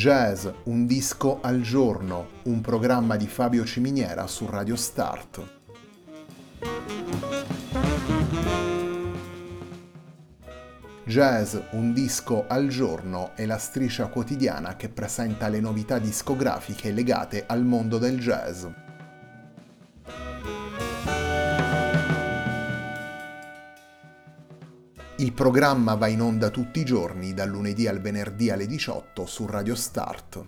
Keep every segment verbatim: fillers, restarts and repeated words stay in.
Jazz, un disco al giorno, un programma di Fabio Ciminiera su Radio Start. Jazz, un disco al giorno è la striscia quotidiana che presenta le novità discografiche legate al mondo del jazz. Il programma va in onda tutti i giorni, dal lunedì al venerdì alle diciotto su Radio Start.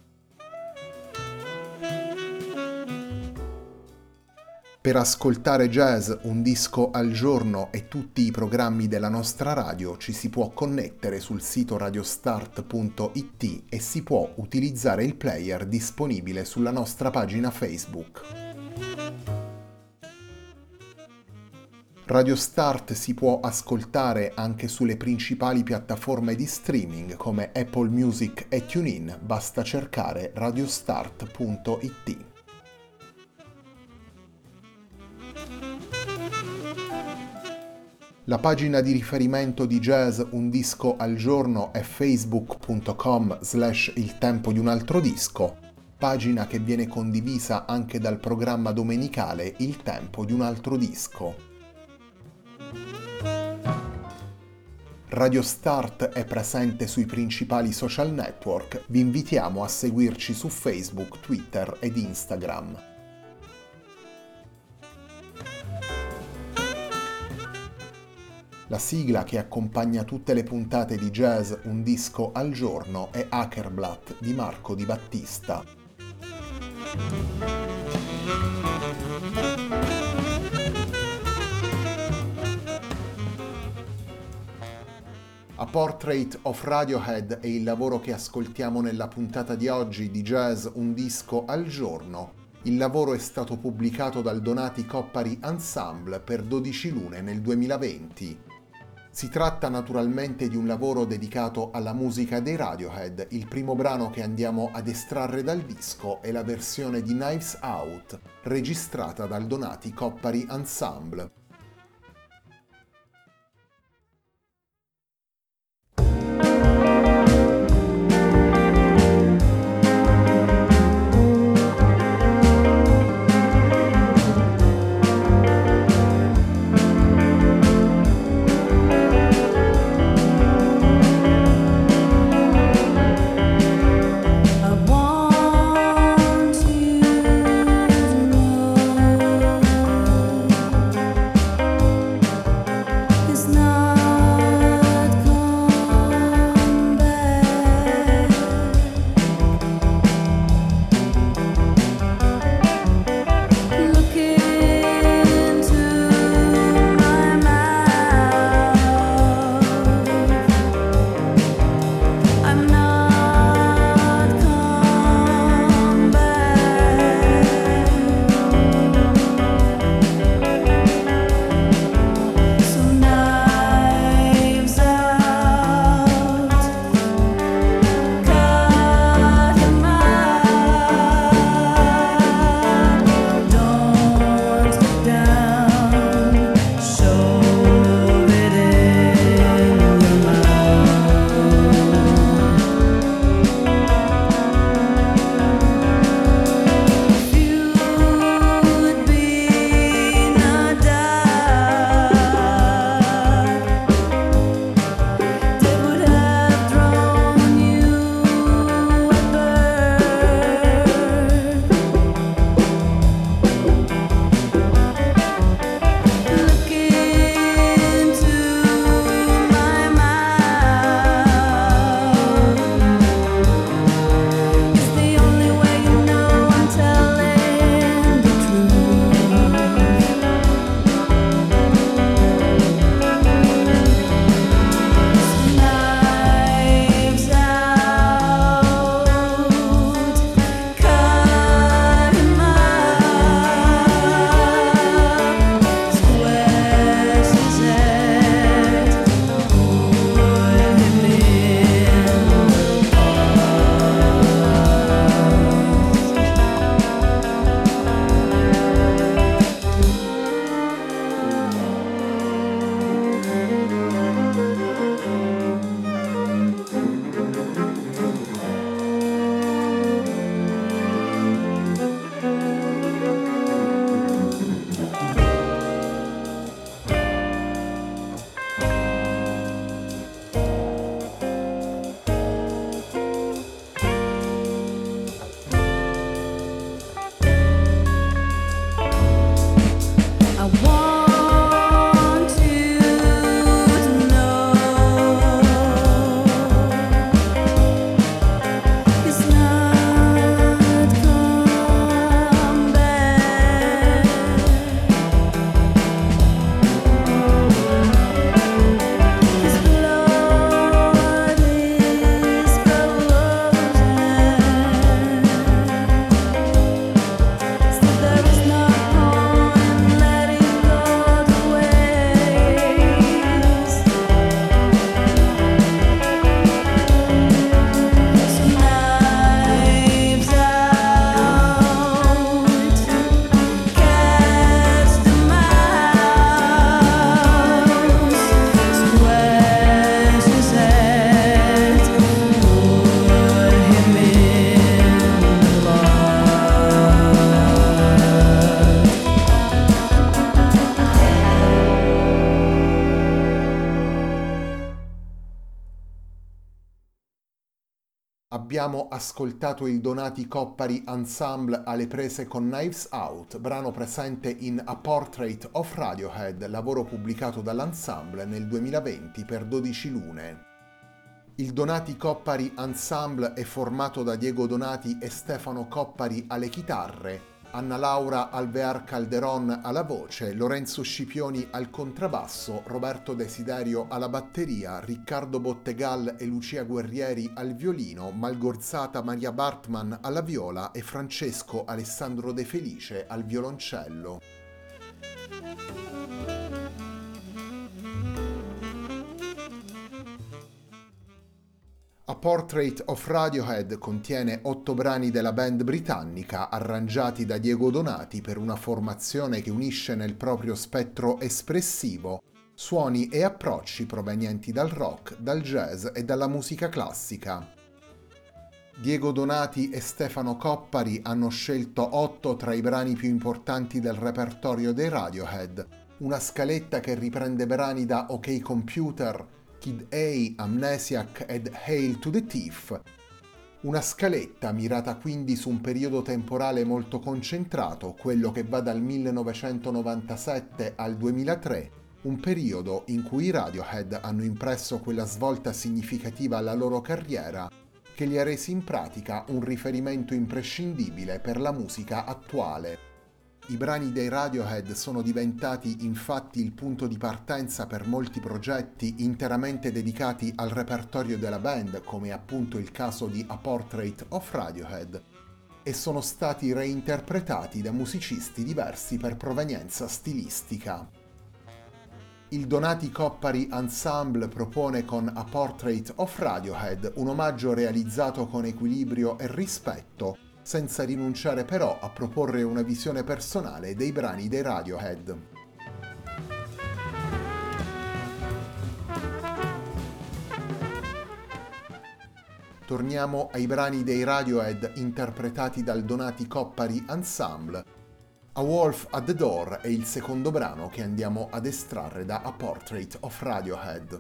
Per ascoltare Jazz, un disco al giorno e tutti i programmi della nostra radio ci si può connettere sul sito radiostart punto it e si può utilizzare il player disponibile sulla nostra pagina Facebook. Radio Start si può ascoltare anche sulle principali piattaforme di streaming come Apple Music e TuneIn, basta cercare radiostart punto it. La pagina di riferimento di Jazz Un Disco al Giorno è facebook punto com slash il tempo di un altro disco, pagina che viene condivisa anche dal programma domenicale Il tempo di un altro disco. Radio Start è presente sui principali social network, vi invitiamo a seguirci su Facebook, Twitter ed Instagram. La sigla che accompagna tutte le puntate di Jazz Un Disco al Giorno è Hackerblatt di Marco Di Battista. A Portrait of Radiohead è il lavoro che ascoltiamo nella puntata di oggi di Jazz Un Disco al Giorno. Il lavoro è stato pubblicato dal Donati Coppari Ensemble per dodici lune nel duemilaventi. Si tratta naturalmente di un lavoro dedicato alla musica dei Radiohead. Il primo brano che andiamo ad estrarre dal disco è la versione di Knives Out, registrata dal Donati Coppari Ensemble. Abbiamo ascoltato il Donati Coppari Ensemble alle prese con Knives Out, brano presente in A Portrait of Radiohead, lavoro pubblicato dall'ensemble nel duemilaventi per dodici lune. Il Donati Coppari Ensemble è formato da Diego Donati e Stefano Coppari alle chitarre, Anna Laura Alvear Calderon alla voce, Lorenzo Scipioni al contrabbasso, Roberto Desiderio alla batteria, Riccardo Bottegal e Lucia Guerrieri al violino, Malgorzata Maria Bartman alla viola e Francesco Alessandro De Felice al violoncello. A Portrait of Radiohead contiene otto brani della band britannica arrangiati da Diego Donati per una formazione che unisce nel proprio spettro espressivo suoni e approcci provenienti dal rock, dal jazz e dalla musica classica. Diego Donati e Stefano Coppari hanno scelto otto tra i brani più importanti del repertorio dei Radiohead, una scaletta che riprende brani da OK Computer, Kid A, Amnesiac ed Hail to the Thief. Una scaletta mirata quindi su un periodo temporale molto concentrato, quello che va dal millenovecentonovantasette al duemilatré, un periodo in cui i Radiohead hanno impresso quella svolta significativa alla loro carriera che li ha resi in pratica un riferimento imprescindibile per la musica attuale. I brani dei Radiohead sono diventati infatti il punto di partenza per molti progetti interamente dedicati al repertorio della band, come appunto il caso di A Portrait of Radiohead, e sono stati reinterpretati da musicisti diversi per provenienza stilistica. Il Donati Coppari Ensemble propone con A Portrait of Radiohead un omaggio realizzato con equilibrio e rispetto, senza rinunciare però a proporre una visione personale dei brani dei Radiohead. Torniamo ai brani dei Radiohead interpretati dal Donati Coppari Ensemble. A Wolf at the Door è il secondo brano che andiamo ad estrarre da A Portrait of Radiohead.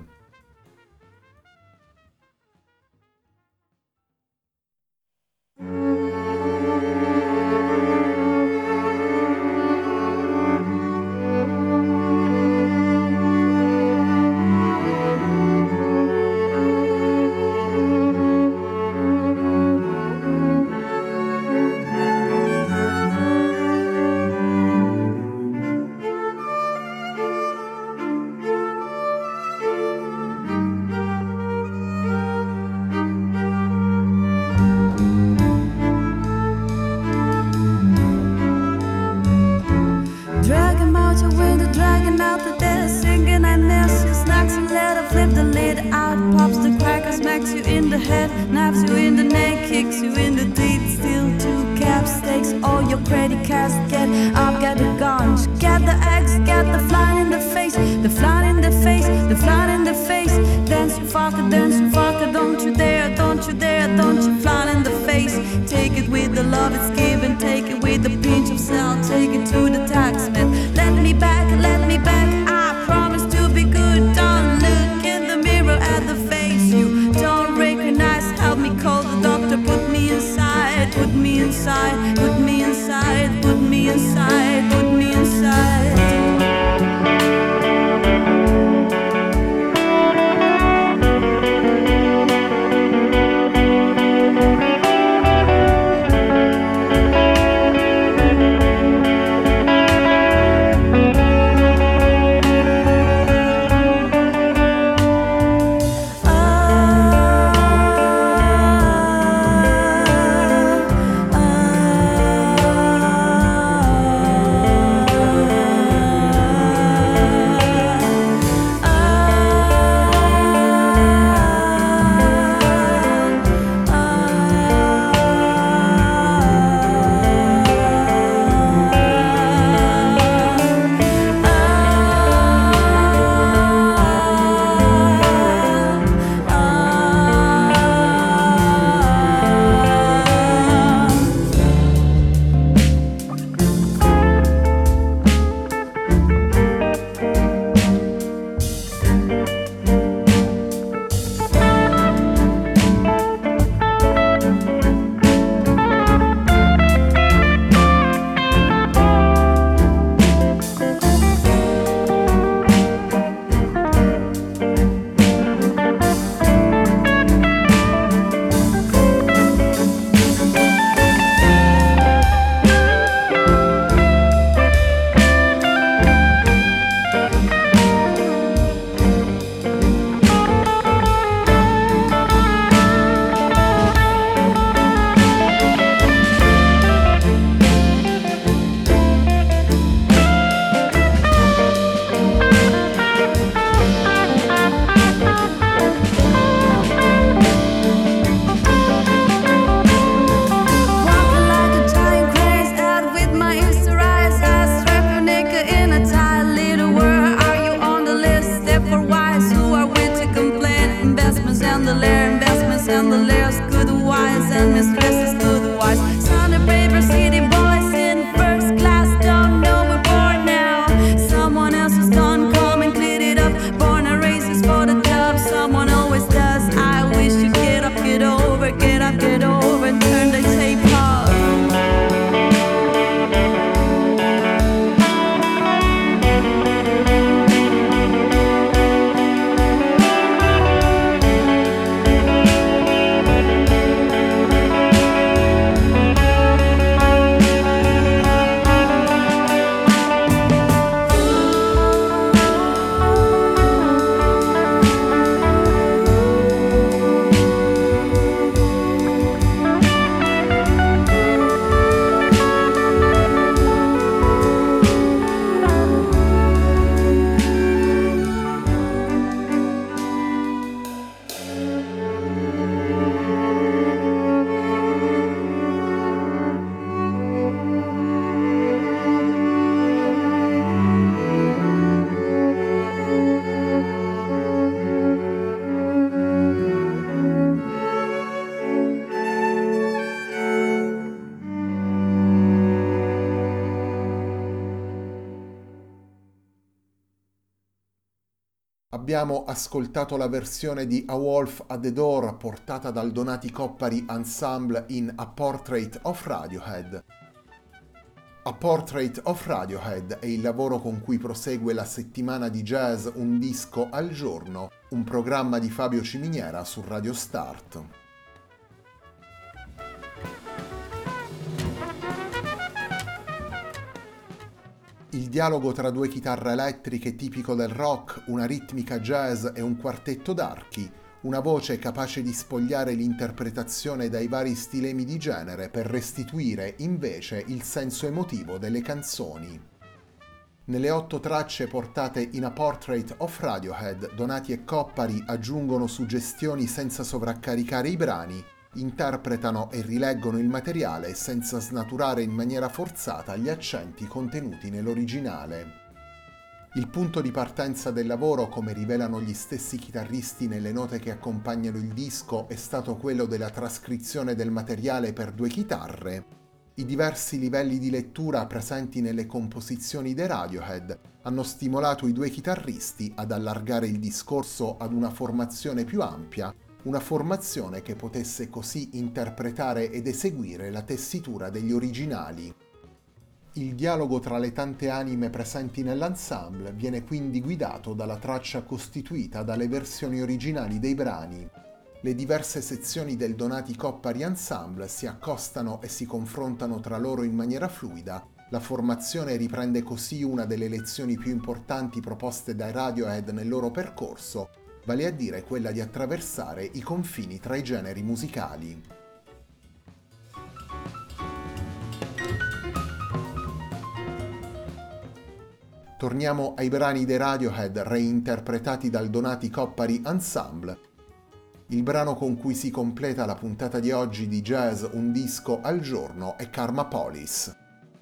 Inside and the lyrics good wise and mistresses good wise. Sunday paper, city boys in first class don't know we're born now. Someone else is gone, come and clean it up. Born and raised is for the club, someone always does. I wish you get up, get over, get up, get over, and turn the tape off. Abbiamo ascoltato la versione di A Wolf at the Door portata dal Donati Coppari Ensemble in A Portrait of Radiohead. A Portrait of Radiohead è il lavoro con cui prosegue la settimana di jazz Un disco al giorno, un programma di Fabio Ciminiera su Radio Start. Il dialogo tra due chitarre elettriche tipico del rock, una ritmica jazz e un quartetto d'archi, una voce capace di spogliare l'interpretazione dai vari stilemi di genere per restituire invece il senso emotivo delle canzoni. Nelle otto tracce portate in A Portrait of Radiohead, Donati e Coppari aggiungono suggestioni senza sovraccaricare i brani, interpretano e rileggono il materiale senza snaturare in maniera forzata gli accenti contenuti nell'originale. Il punto di partenza del lavoro, come rivelano gli stessi chitarristi nelle note che accompagnano il disco, è stato quello della trascrizione del materiale per due chitarre. I diversi livelli di lettura presenti nelle composizioni dei Radiohead hanno stimolato i due chitarristi ad allargare il discorso ad una formazione più ampia, una formazione che potesse così interpretare ed eseguire la tessitura degli originali. Il dialogo tra le tante anime presenti nell'ensemble viene quindi guidato dalla traccia costituita dalle versioni originali dei brani. Le diverse sezioni del Donati Coppari Ensemble si accostano e si confrontano tra loro in maniera fluida. La formazione riprende così una delle lezioni più importanti proposte dai Radiohead nel loro percorso, vale a dire quella di attraversare i confini tra i generi musicali. Torniamo ai brani dei Radiohead reinterpretati dal Donati Coppari Ensemble. Il brano con cui si completa la puntata di oggi di Jazz Un disco al giorno è Karma Police.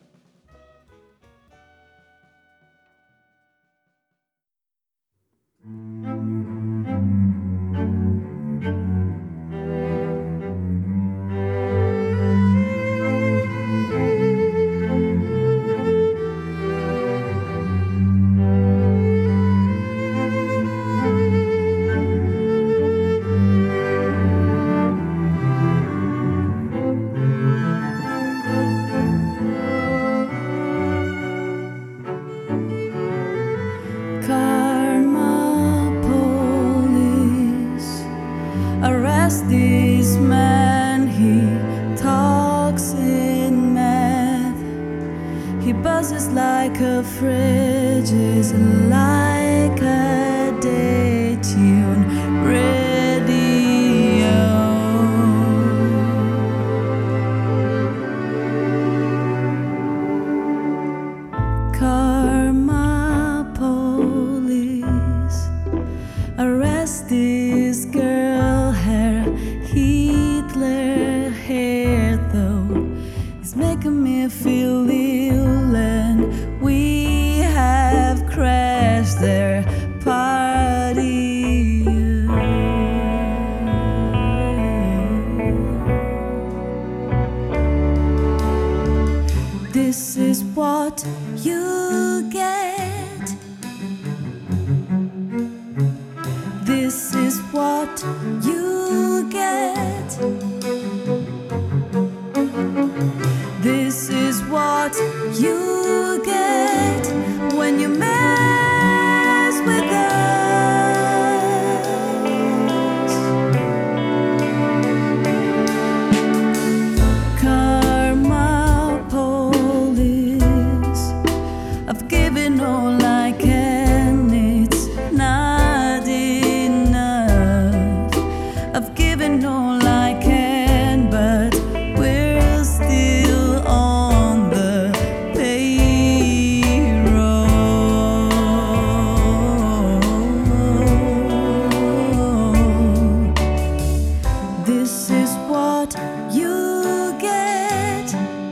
This man, he talks in math. He buzzes like a fridge, is like a detune radio. Karma police, arrest this girl. Hitler hair though is making me feel ill, and we have crashed what you get. This is what you get. This is what you get when you mess with us. Karma police, I've given all I can, it's not enough. I've given all I can, but we're still on the payroll. This is what you get.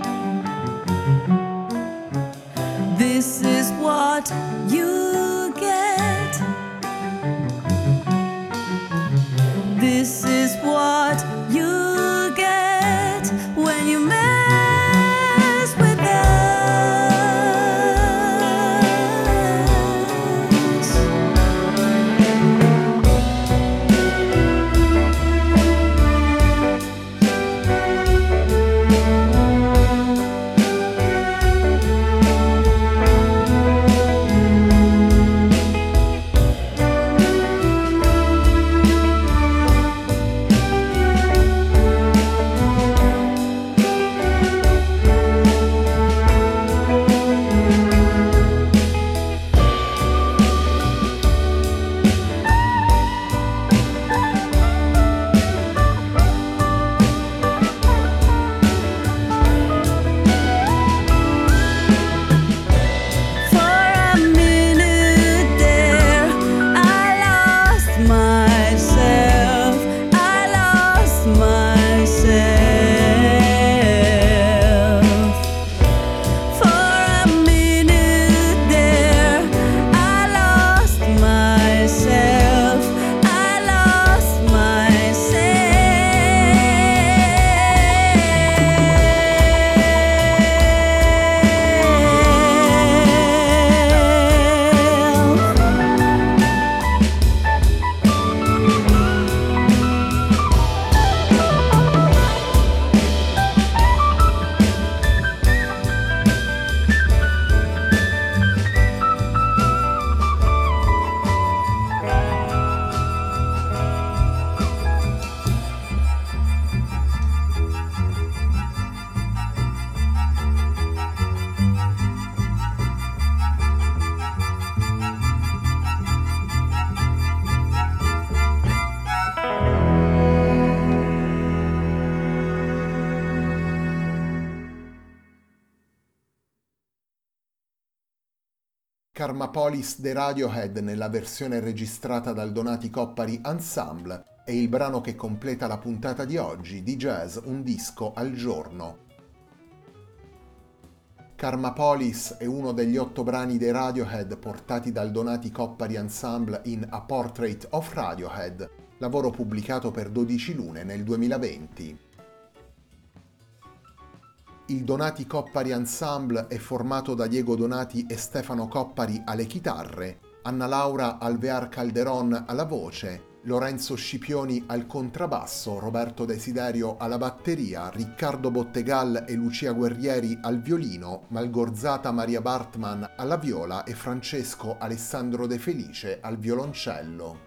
This is what you get. This is what you get when you mess with us. Karmapolis dei Radiohead nella versione registrata dal Donati Coppari Ensemble è il brano che completa la puntata di oggi di Jazz Un Disco al Giorno. Karmapolis è uno degli otto brani dei Radiohead portati dal Donati Coppari Ensemble in A Portrait of Radiohead, lavoro pubblicato per dodici lune nel duemilaventi. Il Donati Coppari Ensemble è formato da Diego Donati e Stefano Coppari alle chitarre, Anna Laura Alvear Calderon alla voce, Lorenzo Scipioni al contrabbasso, Roberto Desiderio alla batteria, Riccardo Bottegal e Lucia Guerrieri al violino, Malgorzata Maria Bartman alla viola e Francesco Alessandro De Felice al violoncello.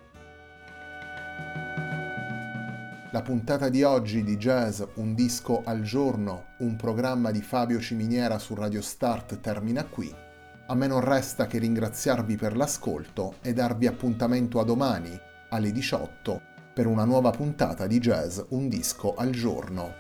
La puntata di oggi di Jazz Un Disco al Giorno, un programma di Fabio Ciminiera su Radio Start termina qui. A me non resta che ringraziarvi per l'ascolto e darvi appuntamento a domani alle diciotto per una nuova puntata di Jazz Un Disco al Giorno.